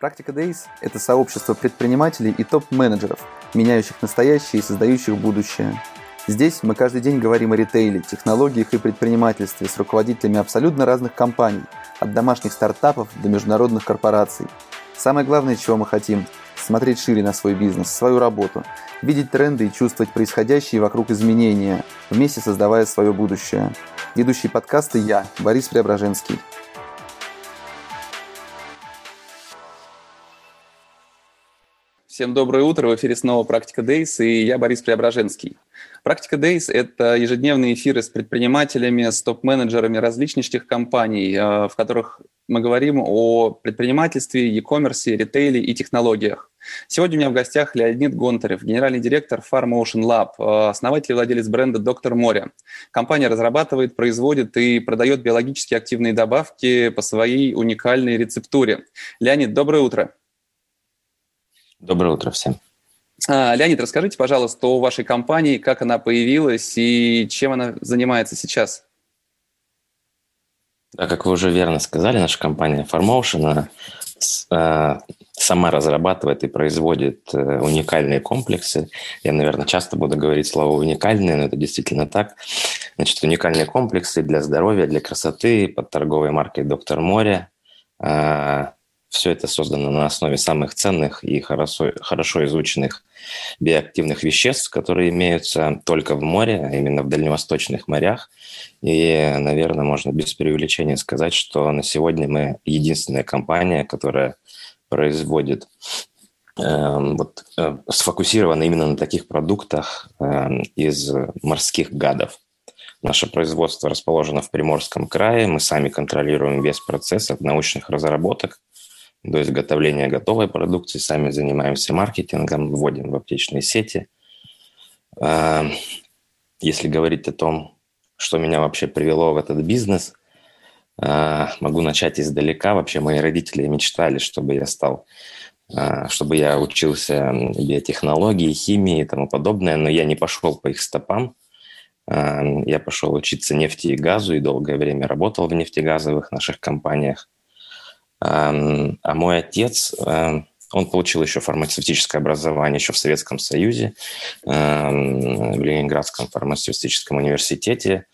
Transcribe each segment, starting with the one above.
Практика Days– это сообщество предпринимателей и топ-менеджеров, меняющих настоящее и создающих будущее. Здесь мы каждый день говорим о ритейле, технологиях и предпринимательстве с руководителями абсолютно разных компаний, от домашних стартапов до международных корпораций. Самое главное, чего мы хотим – смотреть шире на свой бизнес, свою работу, видеть тренды и чувствовать происходящие вокруг изменения, вместе создавая свое будущее. Ведущий подкаста я, Борис Преображенский. Всем доброе утро, в эфире снова «Практика Days» и я, Борис Преображенский. «Практика Days» — это ежедневные эфиры с предпринимателями, с топ-менеджерами различных компаний, в которых мы говорим о предпринимательстве, e-commerce, ритейле и технологиях. Сегодня у меня в гостях Леонид Гонтарев, генеральный директор Farmotion Lab, основатель и владелец бренда «Доктор Море». Компания разрабатывает, производит и продает биологически активные добавки по своей уникальной рецептуре. Леонид, доброе утро. Доброе утро всем. Леонид, расскажите, пожалуйста, о вашей компании, как она появилась и чем она занимается сейчас. Да, как вы уже верно сказали, наша компания Farmotion сама разрабатывает и производит уникальные комплексы. Я, наверное, часто буду говорить слово «уникальные», но это действительно так. Значит, уникальные комплексы для здоровья, для красоты под торговой маркой «Доктор Море». Все это создано на основе самых ценных и хорошо изученных биоактивных веществ, которые имеются только в море, а именно в дальневосточных морях. И, наверное, можно без преувеличения сказать, что на сегодня мы единственная компания, которая производит, сфокусирована именно на таких продуктах из морских гадов. Наше производство расположено в Приморском крае. Мы сами контролируем весь процесс от научных разработок до изготовления готовой продукции, сами занимаемся маркетингом, вводим в аптечные сети. Если говорить о том, что меня вообще привело в этот бизнес, могу начать издалека. Вообще мои родители мечтали, чтобы я учился биотехнологии, химии и тому подобное, но я не пошел по их стопам. Я пошел учиться нефти и газу и долгое время работал в нефтегазовых наших компаниях. А мой отец, он получил еще фармацевтическое образование еще в Советском Союзе, в Ленинградском фармацевтическом университете.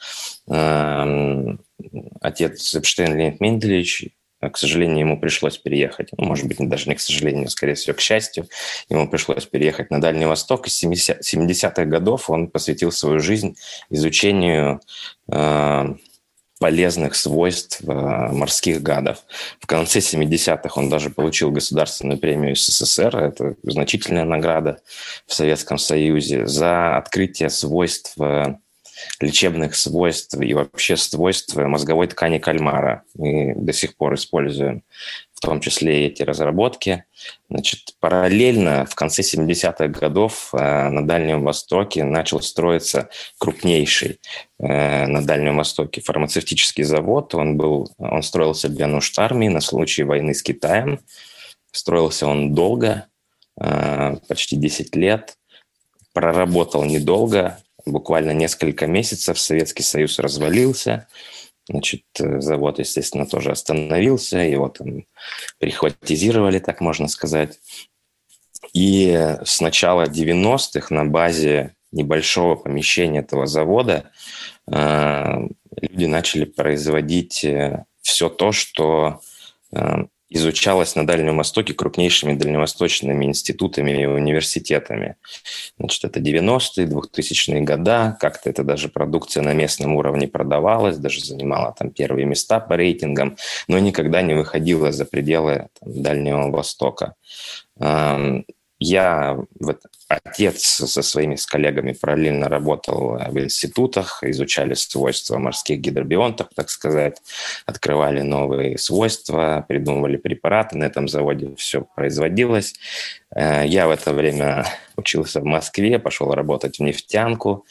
Отец Эпштейн Леонид Менделевич, к сожалению, ему пришлось переехать, может быть, даже не к сожалению, скорее всего, к счастью, ему пришлось переехать на Дальний Восток. И с 70-х годов он посвятил свою жизнь изучению полезных свойств морских гадов. В конце 70-х он даже получил государственную премию СССР, это значительная награда в Советском Союзе, за открытие свойств, лечебных свойств и вообще свойств мозговой ткани кальмара. Мы до сих пор используем в том числе и эти разработки. Значит, параллельно в конце 70-х годов на Дальнем Востоке начал строиться крупнейший на Дальнем Востоке фармацевтический завод. Он строился для нужд армии на случай войны с Китаем. Строился он долго, почти 10 лет. Проработал недолго, буквально несколько месяцев. Советский Союз развалился. Значит, завод, естественно, тоже остановился, его там прихватизировали, так можно сказать. И с начала 90-х на базе небольшого помещения этого завода люди начали производить все то, что изучалось на Дальнем Востоке крупнейшими дальневосточными институтами и университетами. Значит, это 90-е, 2000-е годы. Как-то это даже продукция на местном уровне продавалась, даже занимала там первые места по рейтингам, но никогда не выходила за пределы Дальнего Востока. Отец со своими коллегами параллельно работал в институтах, изучали свойства морских гидробионтов, так сказать, открывали новые свойства, придумывали препараты, на этом заводе все производилось. Я в это время учился в Москве, пошел работать в нефтянку.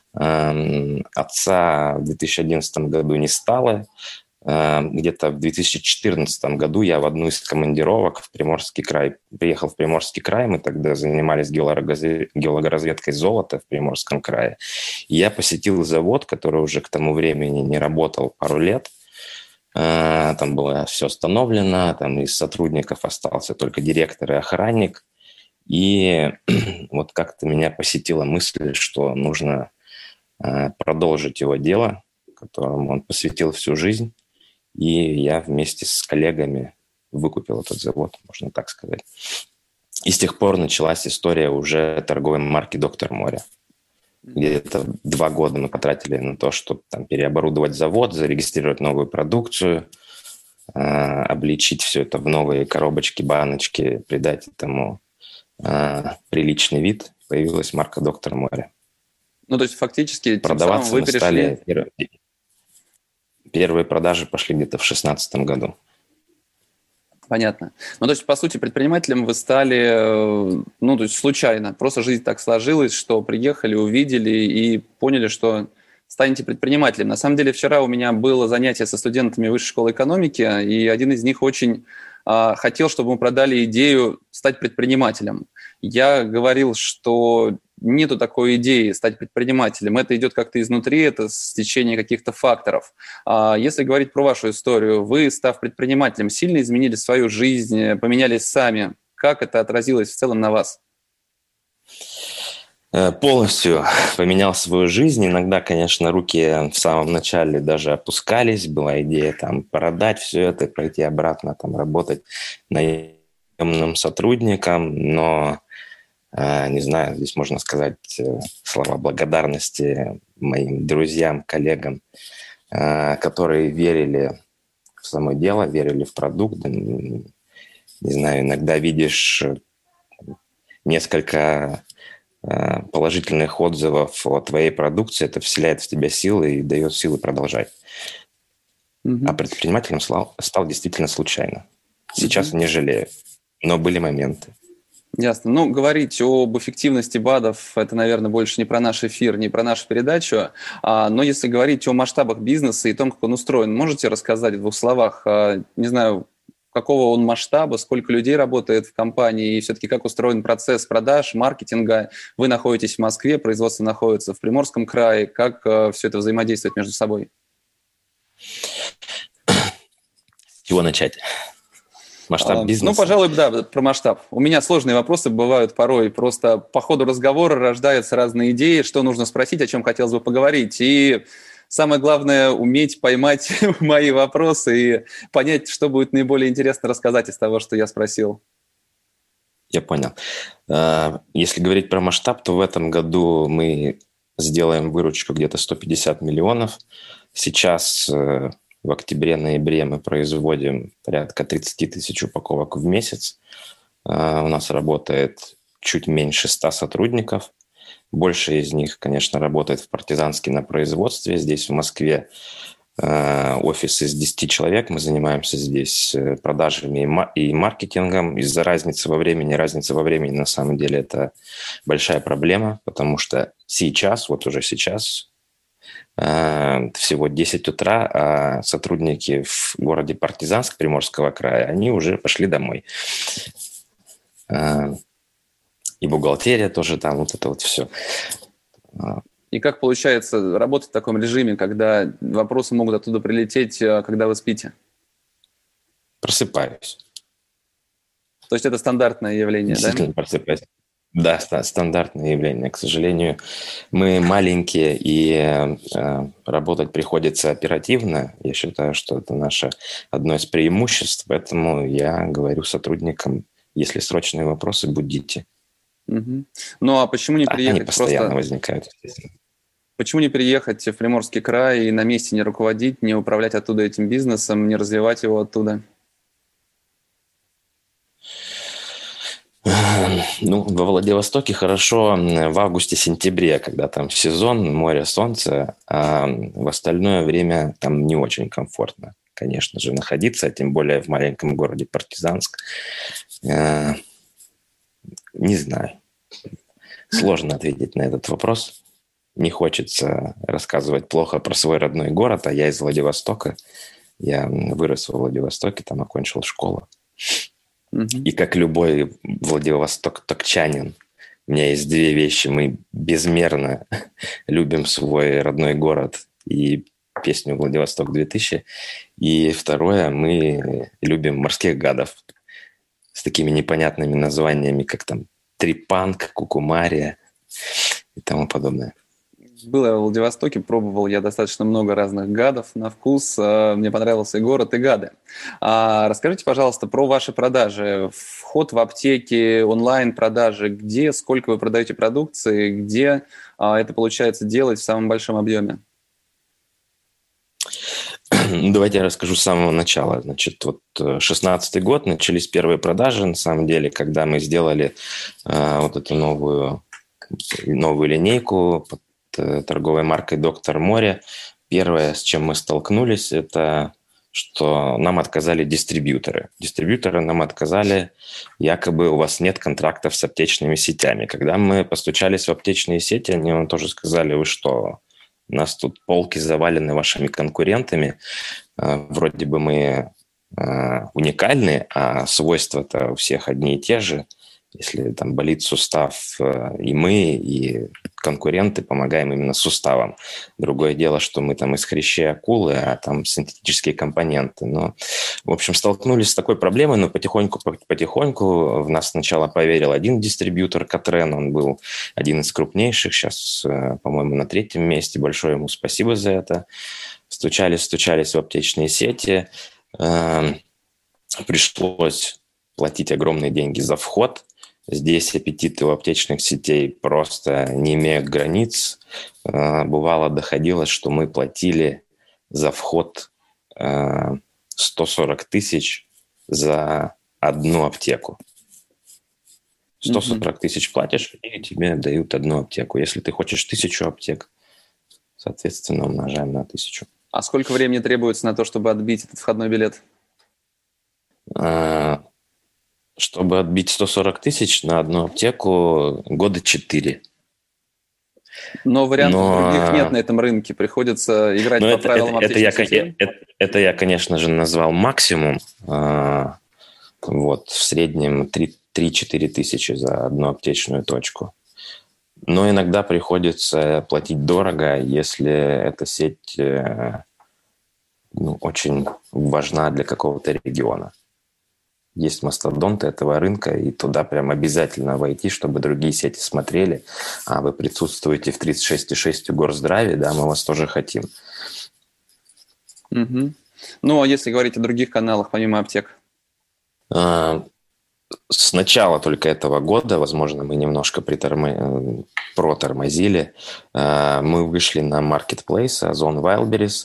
Отца в 2011 году не стало. Где-то в 2014 году я в одну из командировок в Приморский край приехал в Приморский край. Мы тогда занимались геологоразведкой золота в Приморском крае. И я посетил завод, который уже к тому времени не работал пару лет. Там было все установлено, там из сотрудников остался только директор и охранник. И вот как-то меня посетила мысль, что нужно продолжить его дело, которому он посвятил всю жизнь. И я вместе с коллегами выкупил этот завод, можно так сказать. И с тех пор началась история уже торговой марки «Доктор Моря». Где-то 2 года мы потратили на то, чтобы там переоборудовать завод, зарегистрировать новую продукцию, обличить все это в новые коробочки, баночки, придать этому приличный вид. Появилась марка «Доктор Моря». Ну, то есть фактически тем самым Продаваться вы мы перешли... стали... Первые продажи пошли где-то в 2016 году. Понятно. Ну, то есть, по сути, предпринимателем вы стали, ну, то есть случайно. Просто жизнь так сложилась, что приехали, увидели и поняли, что станете предпринимателем. На самом деле, вчера у меня было занятие со студентами Высшей школы экономики, и один из них очень хотел, чтобы мы продали идею стать предпринимателем. Я говорил, что нету такой идеи стать предпринимателем. Это идет как-то изнутри, это стечение каких-то факторов. Если говорить про вашу историю, вы, став предпринимателем, сильно изменили свою жизнь, поменялись сами. Как это отразилось в целом на вас? Полностью поменял свою жизнь. Иногда, конечно, руки в самом начале даже опускались. Была идея там продать все это, пойти обратно там работать наемным сотрудником. Но, не знаю, здесь можно сказать слова благодарности моим друзьям, коллегам, которые верили в само дело, верили в продукт. Не знаю, иногда видишь несколько положительных отзывов о твоей продукции, это вселяет в тебя силы и дает силы продолжать. А предпринимателем стал действительно случайно. Сейчас не жалею, но были моменты. Ясно. Ну, говорить об эффективности БАДов, это, наверное, больше не про наш эфир, не про нашу передачу, но если говорить о масштабах бизнеса и том, как он устроен, можете рассказать в 2 словах, не знаю, какого он масштаба, сколько людей работает в компании и все-таки как устроен процесс продаж, маркетинга. Вы находитесь в Москве, производство находится в Приморском крае. Как все это взаимодействует между собой? С чего начать? Масштаб бизнеса? Ну, пожалуй, да, про масштаб. У меня сложные вопросы бывают порой. Просто по ходу разговора рождаются разные идеи, что нужно спросить, о чем хотелось бы поговорить. И самое главное – уметь поймать мои вопросы и понять, что будет наиболее интересно рассказать из того, что я спросил. Я понял. Если говорить про масштаб, то в этом году мы сделаем выручку где-то 150 миллионов. Сейчас в октябре-ноябре мы производим порядка 30 тысяч упаковок в месяц. У нас работает чуть меньше 100 сотрудников. Больше из них, конечно, работает в Партизанске на производстве. Здесь, в Москве, офис из 10 человек. Мы занимаемся здесь продажами и маркетингом. Из-за разницы во времени, на самом деле, это большая проблема, потому что сейчас, вот уже сейчас, всего 10 утра, а сотрудники в городе Партизанск Приморского края, они уже пошли домой. И бухгалтерия тоже там, вот это вот все. И как получается работать в таком режиме, когда вопросы могут оттуда прилететь, когда вы спите? Просыпаюсь. То есть это стандартное явление, Действительно, просыпаюсь. Да, стандартное явление. К сожалению, мы маленькие, и работать приходится оперативно. Я считаю, что это наше одно из преимуществ. Поэтому я говорю сотрудникам, если срочные вопросы, будите. Угу. Ну а почему не приехать? Они постоянно возникают, естественно. Почему не приехать в Приморский край и на месте не руководить, не управлять оттуда этим бизнесом, не развивать его оттуда? Ну, во Владивостоке хорошо в августе-сентябре, когда там сезон, море, солнце, а в остальное время там не очень комфортно, конечно же, находиться, тем более в маленьком городе Партизанск. Не знаю. Сложно ответить на этот вопрос. Не хочется рассказывать плохо про свой родной город, а я из Владивостока. Я вырос во Владивостоке, там окончил школу. И как любой владивосток-токчанин, у меня есть 2 вещи. Мы безмерно любим свой родной город и песню «Владивосток-2000». И второе, мы любим морских гадов с такими непонятными названиями, как там трипанк, кукумария и тому подобное. Был я в Владивостоке, пробовал я достаточно много разных гадов на вкус. Мне понравился и город, и гады. Расскажите, пожалуйста, про ваши продажи. Вход в аптеки, онлайн-продажи. Где, сколько вы продаете продукции, где это получается делать в самом большом объеме? Давайте я расскажу с самого начала. Значит, вот 16-й год, начались первые продажи, на самом деле, когда мы сделали вот эту новую линейку под торговой маркой «Доктор Море». Первое, с чем мы столкнулись, это что нам отказали дистрибьюторы. Дистрибьюторы нам отказали, якобы у вас нет контрактов с аптечными сетями. Когда мы постучались в аптечные сети, они нам тоже сказали: вы что, у нас тут полки завалены вашими конкурентами. Вроде бы мы уникальны, а свойства-то у всех одни и те же. Если там болит сустав, и мы, и конкуренты помогаем именно суставам. Другое дело, что мы там из хрящей акулы, а там синтетические компоненты. Но, в общем, столкнулись с такой проблемой, но потихоньку в нас сначала поверил один дистрибьютор, Катрен, он был один из крупнейших, сейчас, по-моему, на 3-м месте. Большое ему спасибо за это. Стучались в аптечные сети. Пришлось платить огромные деньги за вход. Здесь аппетиты у аптечных сетей просто не имеют границ. Бывало, доходило, что мы платили за вход 140 тысяч за одну аптеку. 140 тысяч платишь, и тебе дают одну аптеку. Если ты хочешь 1000 аптек, соответственно, умножаем на 1000. А сколько времени требуется на то, чтобы отбить этот входной билет? Чтобы отбить 140 тысяч на одну аптеку, 4 года. Но вариантов других нет на этом рынке. Приходится играть по правилам аптечных сетей. Это я, конечно же, назвал максимум. Вот, в среднем 3-4 тысячи за одну аптечную точку. Но иногда приходится платить дорого, если эта сеть очень важна для какого-то региона. Есть мастодонты этого рынка, и туда прям обязательно войти, чтобы другие сети смотрели. А вы присутствуете в 36,6 у Горздраве, да, мы вас тоже хотим. Угу. Ну, а если говорить о других каналах, помимо аптек? С начала только этого года, возможно, мы немножко протормозили. Мы вышли на Marketplace, Озон Wildberries.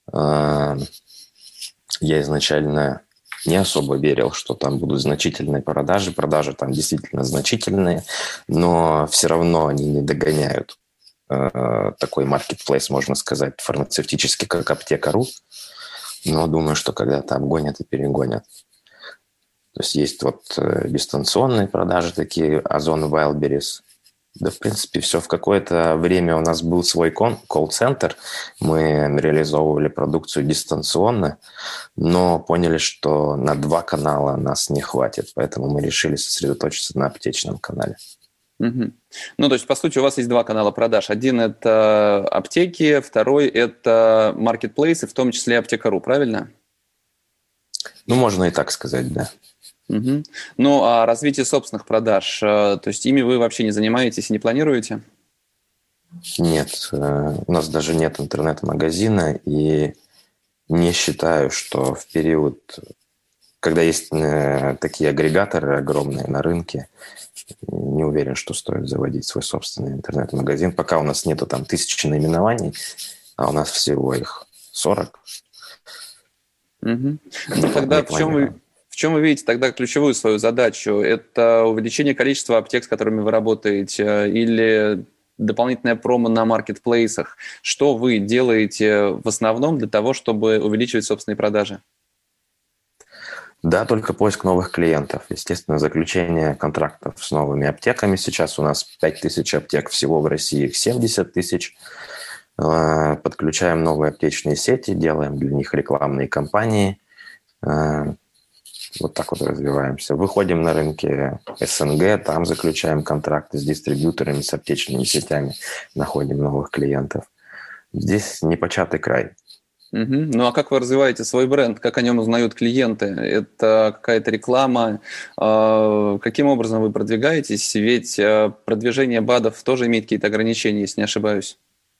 Я изначально не особо верил, что там будут значительные продажи. Продажи там действительно значительные, но все равно они не догоняют такой маркетплейс, можно сказать, фармацевтический, как Аптека.ру. Но думаю, что когда-то обгонят и перегонят. То есть вот дистанционные продажи такие, Озон Wildberries. Да, в принципе, все. В какое-то время у нас был свой колл-центр. Мы реализовывали продукцию дистанционно, но поняли, что на 2 канала нас не хватит. Поэтому мы решили сосредоточиться на аптечном канале. Угу. Ну, то есть, по сути, у вас есть 2 канала продаж. Один – это аптеки, второй – это маркетплейсы, в том числе Аптека.ру, правильно? Ну, можно и так сказать, да. Угу. Ну, а развитие собственных продаж, то есть ими вы вообще не занимаетесь и не планируете? Нет, у нас даже нет интернет-магазина, и не считаю, что в период, когда есть такие агрегаторы огромные на рынке, не уверен, что стоит заводить свой собственный интернет-магазин, пока у нас нету там 1000 наименований, а у нас всего их 40. Угу. Ну, тогда в чем вы видите тогда ключевую свою задачу? Это увеличение количества аптек, с которыми вы работаете, или дополнительная промо на маркетплейсах? Что вы делаете в основном для того, чтобы увеличивать собственные продажи? Да, только поиск новых клиентов. Естественно, заключение контрактов с новыми аптеками. Сейчас у нас 5000 аптек, всего в России их 70 тысяч. Подключаем новые аптечные сети, делаем для них рекламные кампании. Вот так вот развиваемся. Выходим на рынки СНГ, там заключаем контракты с дистрибьюторами, с аптечными сетями, находим новых клиентов. Здесь непочатый край. Мгм. Ну а как вы развиваете свой бренд? Как о нем узнают клиенты? Это какая-то реклама? Каким образом вы продвигаетесь? Ведь продвижение БАДов тоже имеет какие-то ограничения, если не ошибаюсь.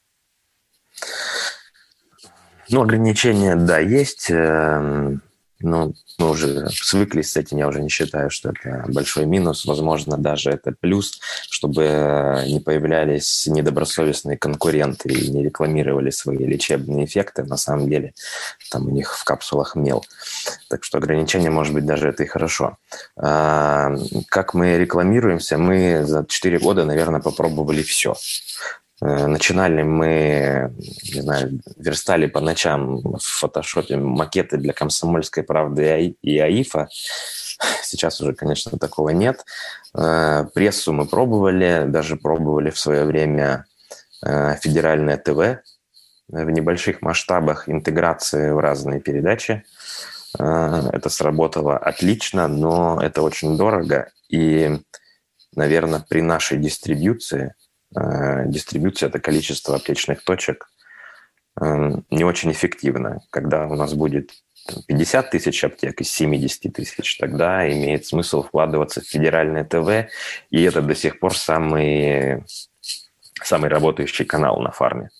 Ну, ограничения, да, есть. Но мы уже свыклись с этим, я уже не считаю, что это большой минус. Возможно, даже это плюс, чтобы не появлялись недобросовестные конкуренты и не рекламировали свои лечебные эффекты. На самом деле, там у них в капсулах мел. Так что ограничения, может быть, даже это и хорошо. Как мы рекламируемся? Мы за 4 года, наверное, попробовали все. Начинали мы, не знаю, верстали по ночам в фотошопе макеты для «Комсомольской правды» и АИФа. Сейчас уже, конечно, такого нет. Прессу мы пробовали, даже пробовали в свое время федеральное ТВ в небольших масштабах интеграции в разные передачи. Это сработало отлично, но это очень дорого. И, наверное, при нашей дистрибьюция – это количество аптечных точек, не очень эффективно. Когда у нас будет 50 тысяч аптек из 70 тысяч, тогда имеет смысл вкладываться в федеральное ТВ, и это до сих пор самый работающий канал на фарме.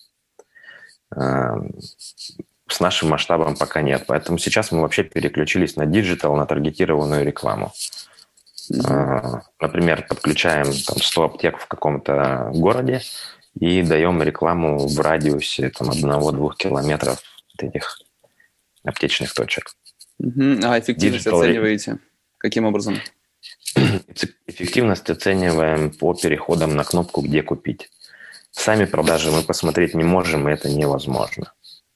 С нашим масштабом пока нет. Поэтому сейчас мы вообще переключились на диджитал, на таргетированную рекламу. Например, подключаем там 100 аптек в каком-то городе и даем рекламу в радиусе 1-2 километров от этих аптечных точек. А эффективность оцениваете? Каким образом? Эффективность оцениваем по переходам на кнопку «Где купить». Сами продажи мы посмотреть не можем, и это невозможно.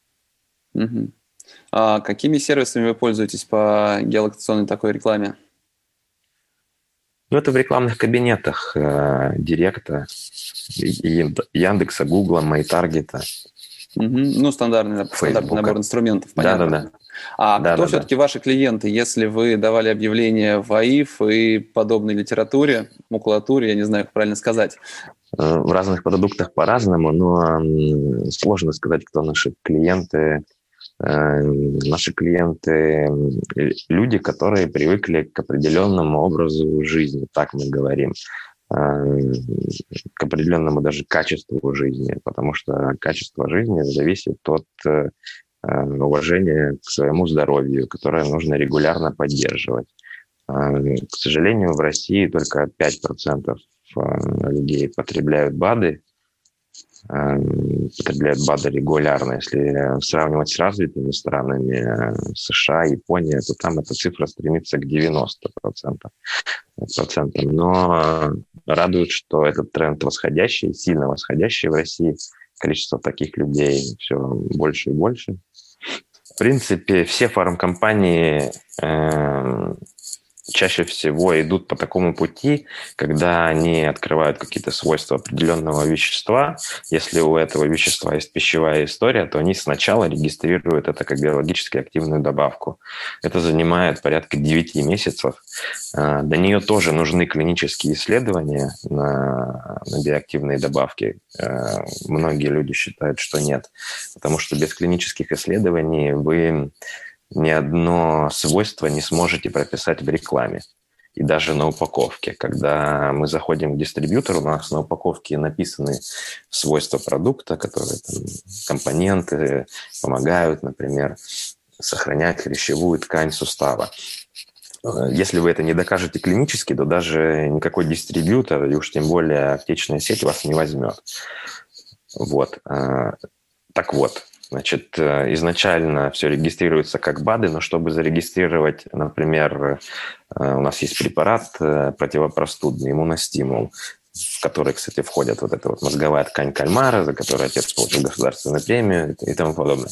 А какими сервисами вы пользуетесь по геолокационной такой рекламе? Ну, это в рекламных кабинетах Директа, Яндекса, Гугла, Майтаргета. Ну, стандартный набор инструментов, понятно. Да. А кто все-таки ваши клиенты, если вы давали объявления в АИФ и подобной литературе, макулатуре, я не знаю, как правильно сказать? В разных продуктах по-разному, но сложно сказать, кто наши клиенты. Наши клиенты – люди, которые привыкли к определенному образу жизни, так мы говорим, к определенному даже качеству жизни, потому что качество жизни зависит от уважения к своему здоровью, которое нужно регулярно поддерживать. К сожалению, в России только 5% людей потребляют БАДы, регулярно. Если сравнивать с развитыми странами США, Япония, то там эта цифра стремится к 90%. Но радует, что этот тренд восходящий, сильно восходящий в России. Количество таких людей все больше и больше. В принципе, все фармкомпании чаще всего идут по такому пути, когда они открывают какие-то свойства определенного вещества. Если у этого вещества есть пищевая история, то они сначала регистрируют это как биологически активную добавку. Это занимает порядка 9 месяцев. До нее тоже нужны клинические исследования на биоактивные добавки. Многие люди считают, что нет, потому что без клинических исследований вы ни одно свойство не сможете прописать в рекламе. И даже на упаковке. Когда мы заходим к дистрибьютору, у нас на упаковке написаны свойства продукта, которые компоненты помогают, например, сохранять хрящевую ткань сустава. Если вы это не докажете клинически, то даже никакой дистрибьютор, и уж тем более аптечная сеть вас не возьмет. Вот. Так вот. Значит, изначально все регистрируется как БАДы, но чтобы зарегистрировать, например, у нас есть препарат противопростудный, иммуностимул, в который, кстати, входит вот эта вот мозговая ткань кальмара, за которую отец получил государственную премию и тому подобное.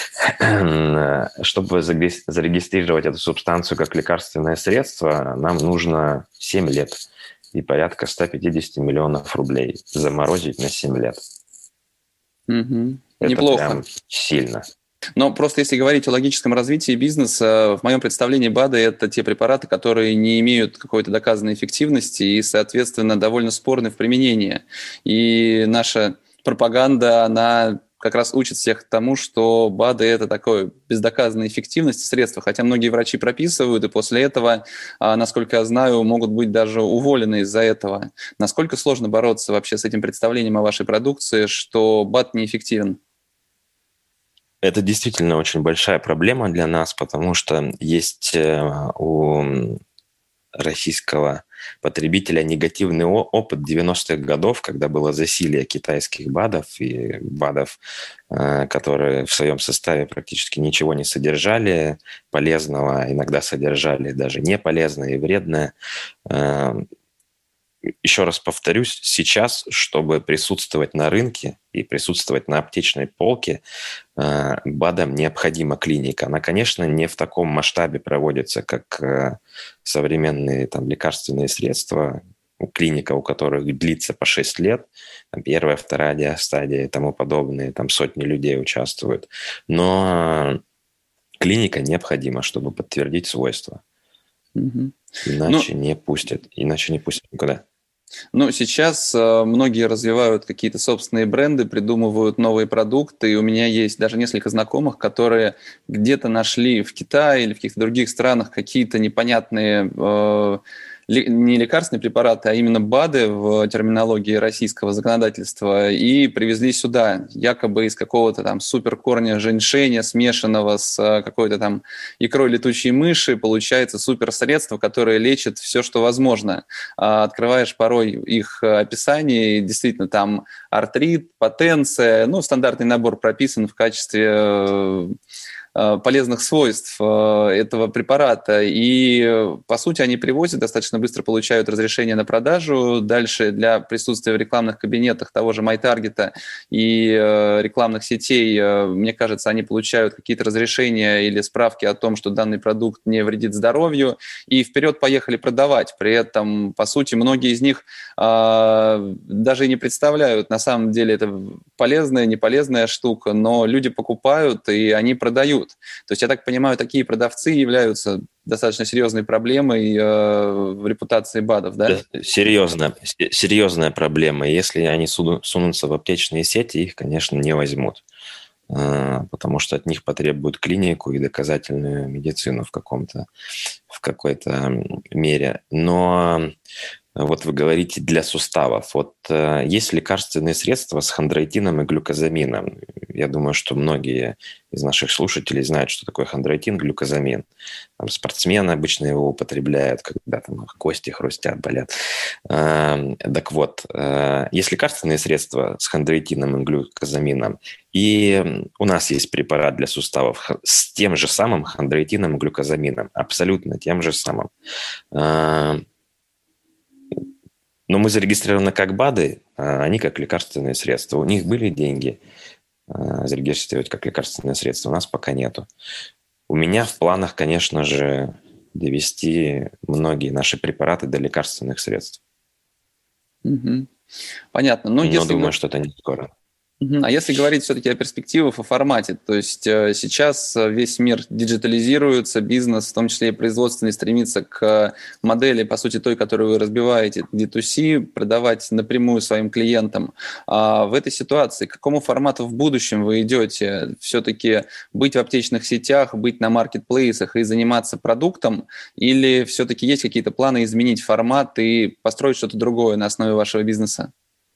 Чтобы зарегистрировать эту субстанцию как лекарственное средство, нам нужно 7 лет и порядка 150 миллионов рублей заморозить на 7 лет. Это неплохо. Прям сильно. Но просто если говорить о логическом развитии бизнеса, в моем представлении БАДы – это те препараты, которые не имеют какой-то доказанной эффективности и, соответственно, довольно спорны в применении. И наша пропаганда, она как раз учит всех тому, что БАДы – это такое без доказанной эффективности средство, хотя многие врачи прописывают, и после этого, насколько я знаю, могут быть даже уволены из-за этого. Насколько сложно бороться вообще с этим представлением о вашей продукции, что БАД неэффективен? Это действительно очень большая проблема для нас, потому что есть у российского потребителя негативный опыт 90-х годов, когда было засилие китайских БАДов и БАДов, которые в своем составе практически ничего не содержали полезного, иногда содержали даже неполезное и вредное. Еще раз повторюсь, сейчас, чтобы присутствовать на рынке и присутствовать на аптечной полке, БАДам необходима клиника. Она, конечно, не в таком масштабе проводится, как современные там, лекарственные средства, клиника, у которых длится по 6 лет, там, первая, вторая стадия и тому подобное, там сотни людей участвуют. Но клиника необходима, чтобы подтвердить свойства. Угу. Иначе не пустят никуда. Ну, сейчас многие развивают какие-то собственные бренды, придумывают новые продукты, и у меня есть даже несколько знакомых, которые где-то нашли в Китае или в каких-то других странах какие-то непонятные не лекарственные препараты, а именно БАДы в терминологии российского законодательства, и привезли сюда, якобы из какого-то там суперкорня женьшеня, смешанного с какой-то там икрой летучей мыши, получается суперсредство, которое лечит все, что возможно. Открываешь порой их описание, и действительно там артрит, потенция, ну, стандартный набор прописан в качестве полезных свойств этого препарата. И, по сути, они привозят, достаточно быстро получают разрешение на продажу. Дальше для присутствия в рекламных кабинетах того же MyTarget и рекламных сетей, мне кажется, они получают какие-то разрешения или справки о том, что данный продукт не вредит здоровью, и вперед поехали продавать. При этом, по сути, многие из них даже и не представляют, на самом деле это полезная, неполезная штука, но люди покупают, и они продают. То есть, я так понимаю, такие продавцы являются достаточно серьезной проблемой в репутации БАДов, да? Серьезная проблема. Если они сунутся в аптечные сети, их, конечно, не возьмут, потому что от них потребуют клинику и доказательную медицину в какой-то мере. Но вот вы говорите для суставов. Вот есть лекарственные средства с хондроитином и глюкозамином. Я думаю, что многие из наших слушателей знают, что такое хондроитин, глюкозамин. Там спортсмены обычно его употребляют, когда там кости хрустят, болят. Так вот, есть лекарственные средства с хондроитином и глюкозамином, и у нас есть препарат для суставов с тем же самым хондроитином и глюкозамином, абсолютно тем же самым. Но мы зарегистрированы как БАДы, а они как лекарственные средства. У них были деньги зарегистрировать как лекарственные средства, у нас пока нету. У меня в планах, конечно же, довести многие наши препараты до лекарственных средств. Угу. Понятно. Но думаю, что это не скоро. А если говорить все-таки о перспективах, о формате, то есть сейчас весь мир диджитализируется, бизнес, в том числе и производственный, стремится к модели, по сути, той, которую вы разбиваете, D2C, продавать напрямую своим клиентам. А в этой ситуации к какому формату в будущем вы идете? Все-таки быть в аптечных сетях, быть на маркетплейсах и заниматься продуктом? Или все-таки есть какие-то планы изменить формат и построить что-то другое на основе вашего бизнеса?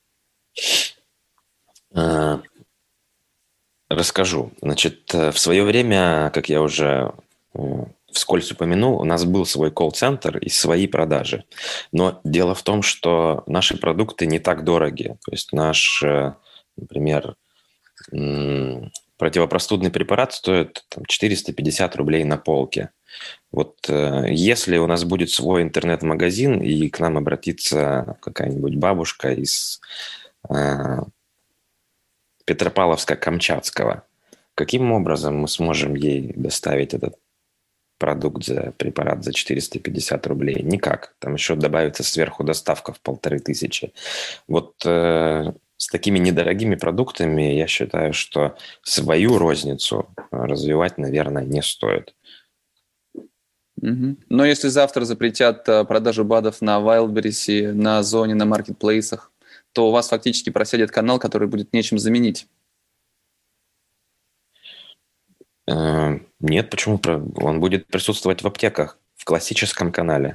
Расскажу. Значит, в свое время, как я уже вскользь упомянул, у нас был свой колл-центр и свои продажи. Но дело в том, что наши продукты не так дороги. То есть наш, например, противопростудный препарат стоит там, 450 рублей на полке. Вот если у нас будет свой интернет-магазин и к нам обратится какая-нибудь бабушка из Петропавловска-Камчатского, каким образом мы сможем ей доставить этот препарат за 450 рублей? Никак. Там еще добавится сверху доставка в 1500. Вот с такими недорогими продуктами я считаю, что свою розницу развивать, наверное, не стоит. Но если завтра запретят продажу БАДов на Wildberries, на Озоне, на маркетплейсах, то у вас фактически просядет канал, который будет нечем заменить. Нет, почему? Он будет присутствовать в аптеках, в классическом канале.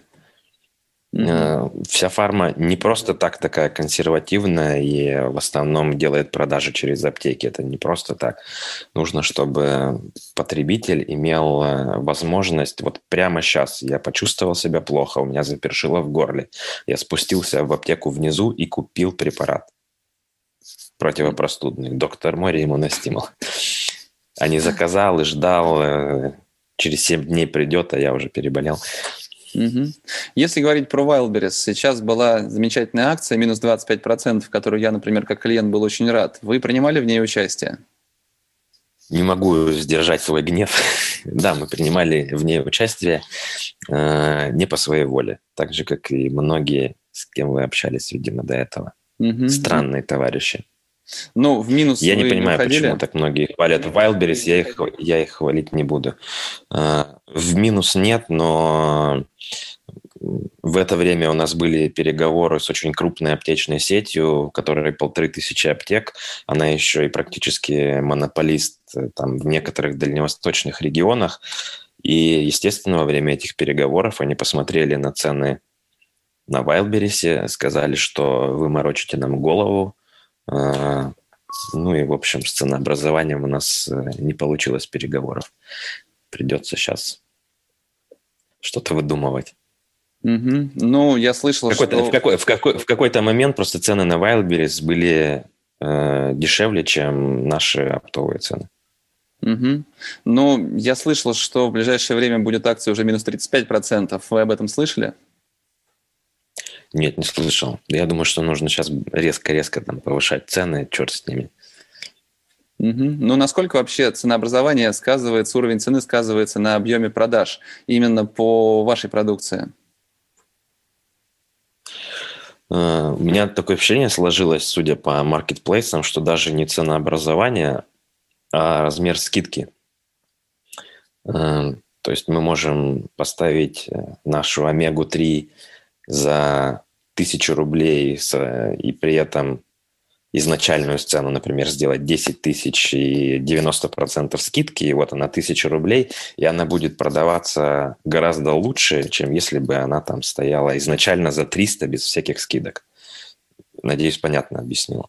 Вся фарма не просто так такая консервативная и в основном делает продажи через аптеки. Это не просто так. Нужно, чтобы потребитель имел возможность, вот прямо сейчас я почувствовал себя плохо, у меня запершило в горле. Я спустился в аптеку внизу и купил препарат противопростудный. Доктор Мори иммуностимул. А не заказал и ждал, через 7 дней придет, а я уже переболел. Если говорить про Wildberries, сейчас была замечательная акция, минус 25%, которую я, например, как клиент был очень рад. Вы принимали в ней участие? Не могу сдержать свой гнев. Да, мы принимали в ней участие не по своей воле, так же, как и многие, с кем вы общались, видимо, до этого. Странные товарищи. Ну, в минус я не понимаю, уходили? Почему так многие хвалят Wildberries, я их хвалить не буду. В минус нет, но в это время у нас были переговоры с очень крупной аптечной сетью, в которой 1500 аптек. Она еще и практически монополист там, в некоторых дальневосточных регионах. И, естественно, во время этих переговоров они посмотрели на цены на Wildberries, сказали, что вы морочите нам голову. Ну и, в общем, с ценообразованием у нас не получилось переговоров. Придется сейчас что-то выдумывать. Ну, я слышал, что... В какой-то момент просто цены на Wildberries были дешевле, чем наши оптовые цены. Ну, я слышал, что в ближайшее время будет акция уже минус 35%. Вы об этом слышали? Нет, не слышал. Я думаю, что нужно сейчас резко-резко там повышать цены, черт с ними. Ну, насколько вообще ценообразование сказывается, уровень цены сказывается на объеме продаж именно по вашей продукции? У меня такое впечатление сложилось, судя по маркетплейсам, что даже не ценообразование, а размер скидки. То есть мы можем поставить нашу Омегу-3 за 1000 рублей и при этом изначальную цену, например, сделать 10 тысяч и 90% скидки, и вот она 1000 рублей, и она будет продаваться гораздо лучше, чем если бы она там стояла изначально за 300 без всяких скидок. Надеюсь, понятно объяснил.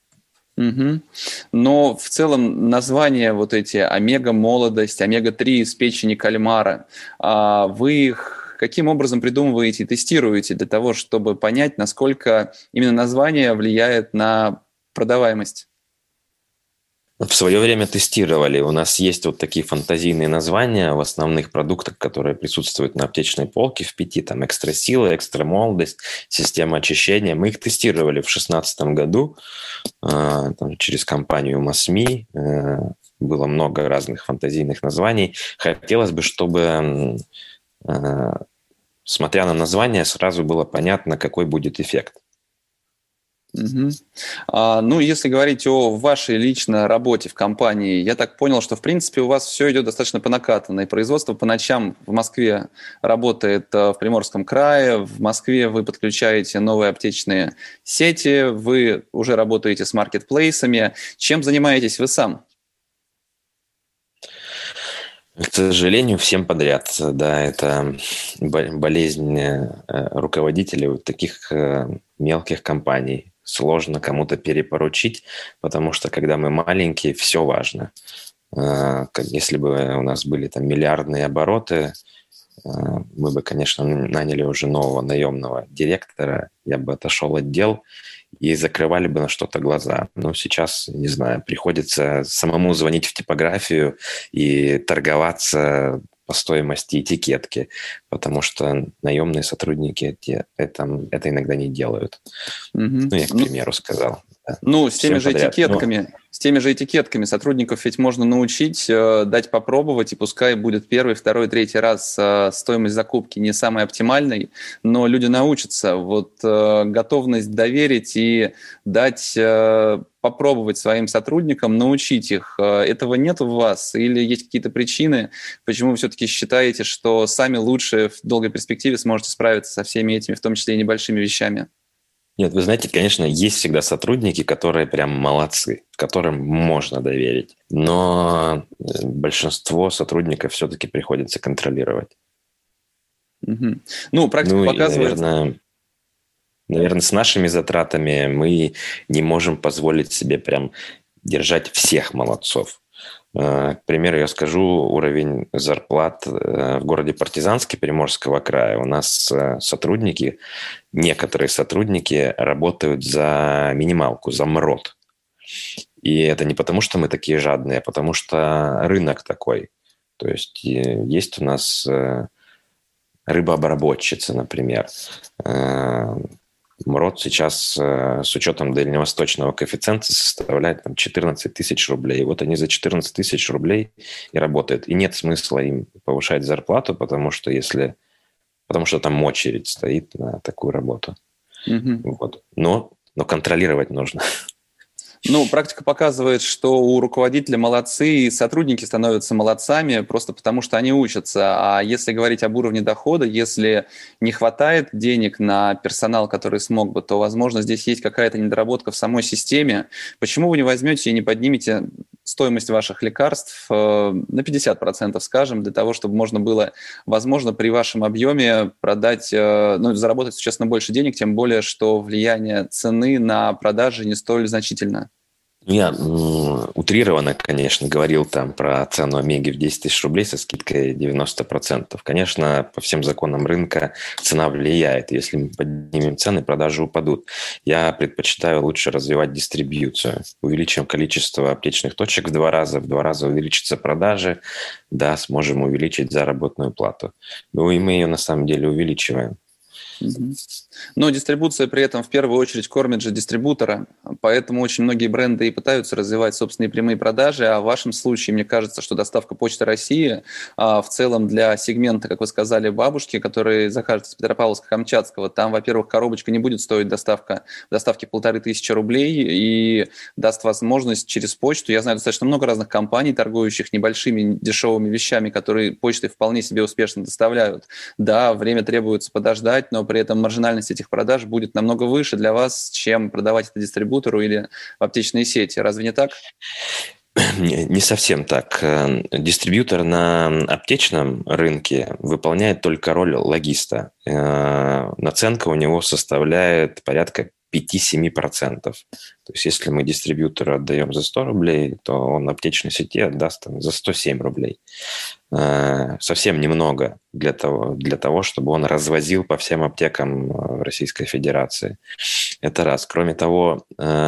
Но в целом названия вот эти омега-молодость, омега-3 из печени кальмара, вы их каким образом придумываете и тестируете для того, чтобы понять, насколько именно название влияет на продаваемость? В свое время тестировали. У нас есть вот такие фантазийные названия в основных продуктах, которые присутствуют на аптечной полке в 5. Там экстра сила, экстра молодость, система очищения. Мы их тестировали в 2016 году там, через компанию Масми. Было много разных фантазийных названий. Хотелось бы, чтобы, смотря на название, сразу было понятно, какой будет эффект. Ну, если говорить о вашей личной работе в компании, я так понял, что, в принципе, у вас все идет достаточно по накатанной. Производство по ночам в Москве работает в Приморском крае. В Москве вы подключаете новые аптечные сети, вы уже работаете с маркетплейсами. Чем занимаетесь вы сам? К сожалению, всем подряд. Да, это болезнь руководителей таких мелких компаний. Сложно кому-то перепоручить, потому что, когда мы маленькие, все важно. Если бы у нас были там миллиардные обороты, мы бы, конечно, наняли уже нового наемного директора, я бы отошел от дел и закрывали бы на что-то глаза. Но сейчас, не знаю, приходится самому звонить в типографию и торговаться по стоимости этикетки, потому что наемные сотрудники это иногда не делают. Ну, я, к примеру, сказал. Да. Ну, с теми же этикетками сотрудников ведь можно научить, дать попробовать, и пускай будет первый, второй, третий раз стоимость закупки не самой оптимальной, но люди научатся. Вот готовность доверить и дать попробовать своим сотрудникам, научить их. Этого нет у вас? Или есть какие-то причины, почему вы все-таки считаете, что сами лучше в долгой перспективе сможете справиться со всеми этими, в том числе и небольшими вещами? Нет, вы знаете, конечно, есть всегда сотрудники, которые прям молодцы, которым можно доверить. Но большинство сотрудников все-таки приходится контролировать. Мгм. Ну, практика Ну и, показывает. наверное, с нашими затратами мы не можем позволить себе прям держать всех молодцов. К примеру, я скажу, уровень зарплат в городе Партизанске Приморского края. У нас сотрудники, некоторые сотрудники работают за минималку, за МРОТ. И это не потому, что мы такие жадные, а потому что рынок такой. То есть есть у нас рыбообработчица, например. МРОТ сейчас с учетом дальневосточного коэффициента составляет там, 14 тысяч рублей. Вот они за 14 тысяч рублей и работают. И нет смысла им повышать зарплату, потому что там очередь стоит на такую работу. Мгм. Вот. Но контролировать нужно. Ну, практика показывает, что у руководителя молодцы, и сотрудники становятся молодцами просто потому, что они учатся. А если говорить об уровне дохода, если не хватает денег на персонал, который смог бы, то, возможно, здесь есть какая-то недоработка в самой системе. Почему вы не возьмете и не поднимете стоимость ваших лекарств на 50%, скажем, для того, чтобы можно было, возможно, при вашем объеме продать, заработать существенно больше денег, тем более, что влияние цены на продажи не столь значительно. Я утрированно, конечно, говорил там про цену Омеги в 10 тысяч рублей со скидкой 90%. Конечно, по всем законам рынка цена влияет. Если мы поднимем цены, продажи упадут. Я предпочитаю лучше развивать дистрибьюцию. Увеличим количество аптечных точек в 2 раза увеличатся продажи, да, сможем увеличить заработную плату. Ну и мы ее на самом деле увеличиваем. Мгм. Но дистрибуция при этом в первую очередь кормит же дистрибутора, поэтому очень многие бренды и пытаются развивать собственные прямые продажи, а в вашем случае, мне кажется, что доставка Почты России в целом для сегмента, как вы сказали, бабушки, которые закажут из Петропавловска-Камчатского, там, во-первых, коробочка не будет стоить доставки 1500 рублей и даст возможность через почту. Я знаю достаточно много разных компаний, торгующих небольшими дешевыми вещами, которые почтой вполне себе успешно доставляют. Да, время требуется подождать, но при этом маржинальность этих продаж будет намного выше для вас, чем продавать это дистрибутору или в аптечные сети. Разве не так? Не совсем так. Дистрибьютор на аптечном рынке выполняет только роль логиста. Наценка у него составляет порядка 5-7%. То есть если мы дистрибьютору отдаем за 100 рублей, то он аптечной сети отдаст там, за 107 рублей. Совсем немного для того, чтобы он развозил по всем аптекам Российской Федерации. Это раз. Кроме того,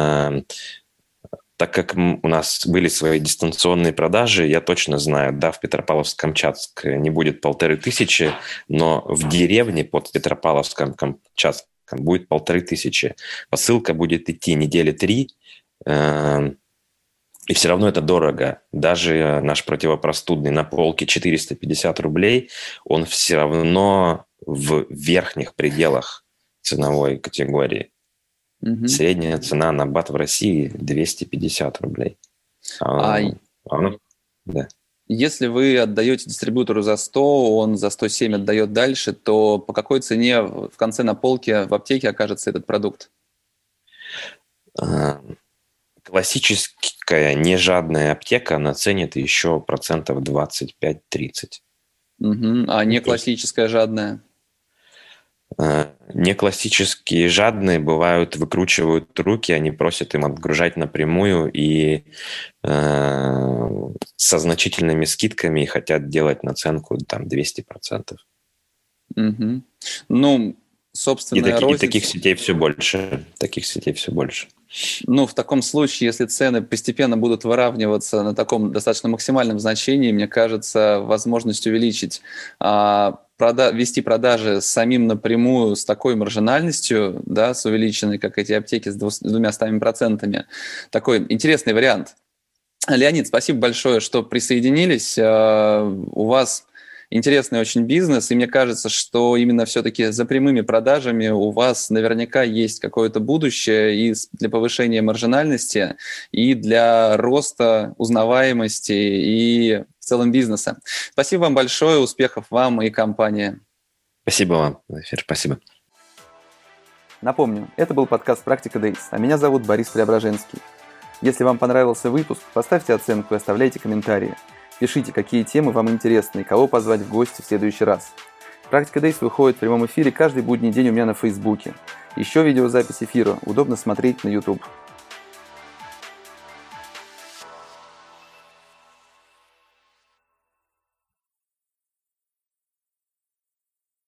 так как у нас были свои дистанционные продажи, я точно знаю, да, в Петропавловск-Камчатск не будет 1500, но в деревне под Петропавловском-Камчатском будет 1500. Посылка будет идти недели 3, и все равно это дорого. Даже наш противопростудный на полке 450 рублей, он все равно в верхних пределах ценовой категории. Мгм. Средняя цена на бат в России 250 рублей. А Да. если вы отдаете дистрибьютору за 100, он за 107 отдает дальше, то по какой цене в конце на полке в аптеке окажется этот продукт? Классическая нежадная аптека наценит еще процентов 25-30. Мгм. А не То есть классическая жадная? неклассические жадные бывают, выкручивают руки, они просят им отгружать напрямую и со значительными скидками хотят делать наценку там 200%. Мгм. Ну, И, собственная таки, и таких розница. сетей все больше. Таких сетей все больше. Ну, в таком случае, если цены постепенно будут выравниваться на таком достаточно максимальном значении, мне кажется, возможность увеличить, вести продажи самим напрямую с такой маржинальностью, да, с увеличенной, как эти аптеки, с 200%, такой интересный вариант. Леонид, спасибо большое, что присоединились. У вас интересный очень бизнес, и мне кажется, что именно все-таки за прямыми продажами у вас наверняка есть какое-то будущее и для повышения маржинальности, и для роста узнаваемости, и в целом бизнеса. Спасибо вам большое, успехов вам и компании. Спасибо вам, Эфир, спасибо. Напомню, это был подкаст «Практика Days», а меня зовут Борис Преображенский. Если вам понравился выпуск, поставьте оценку и оставляйте комментарии. Пишите, какие темы вам интересны и кого позвать в гости в следующий раз. «Практика Days» выходит в прямом эфире каждый будний день у меня на Фейсбуке. Еще видеозапись эфира удобно смотреть на YouTube.